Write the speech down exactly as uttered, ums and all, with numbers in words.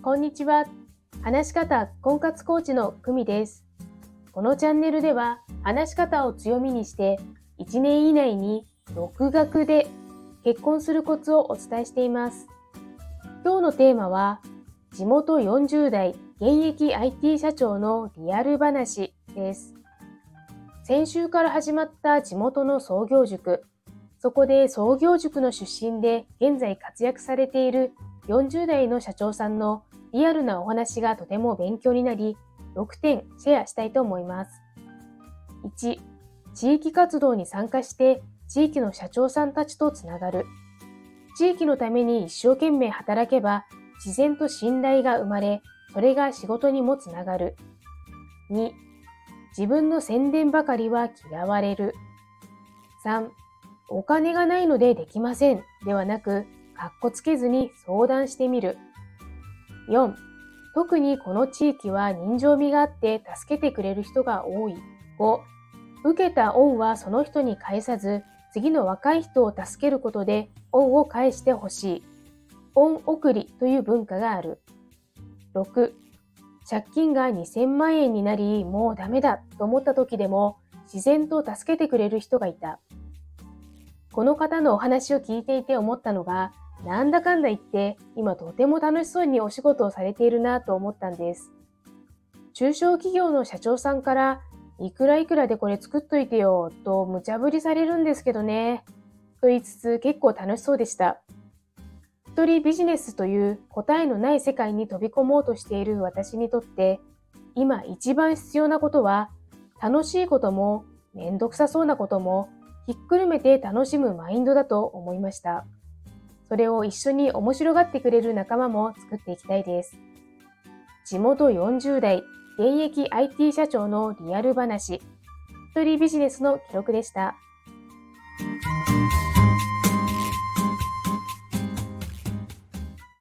こんにちは。話し方婚活コーチの久美です。このチャンネルでは話し方を強みにしていちねん以内に独学で結婚するコツをお伝えしています。今日のテーマは地元よんじゅう代現役 アイティー 社長のリアル話です。先週から始まった地元の創業塾。そこで創業塾の出身で現在活躍されているよんじゅう代の社長さんのリアルなお話がとても勉強になり、ろくてんシェアしたいと思います。いち、地域活動に参加して地域の社長さんたちとつながる。地域のために一生懸命働けば自然と信頼が生まれ、それが仕事にもつながる。に、自分の宣伝ばかりは嫌われる。さん、お金がないのでできませんではなく、かっこつけずに相談してみる。よん、特にこの地域は人情味があって助けてくれる人が多い。ご、受けた恩はその人に返さず、次の若い人を助けることで恩を返してほしい。恩送りという文化がある。ろく、借金がにせんまんえんになり、もうダメだと思った時でも自然と助けてくれる人がいた。この方のお話を聞いていて思ったのが、なんだかんだ言って今とても楽しそうにお仕事をされているなと思ったんです。中小企業の社長さんからいくらいくらでこれ作っといてよと無茶ぶりされるんですけどねと言いつつ結構楽しそうでした。一人ビジネスという答えのない世界に飛び込もうとしている私にとって今一番必要なことは楽しいこともめんどくさそうなこともひっくるめて楽しむマインドだと思いました。それを一緒に面白がってくれる仲間も作っていきたいです。地元よんじゅう代現役 アイティー 社長のリアル話、一人ビジネスの記録でした。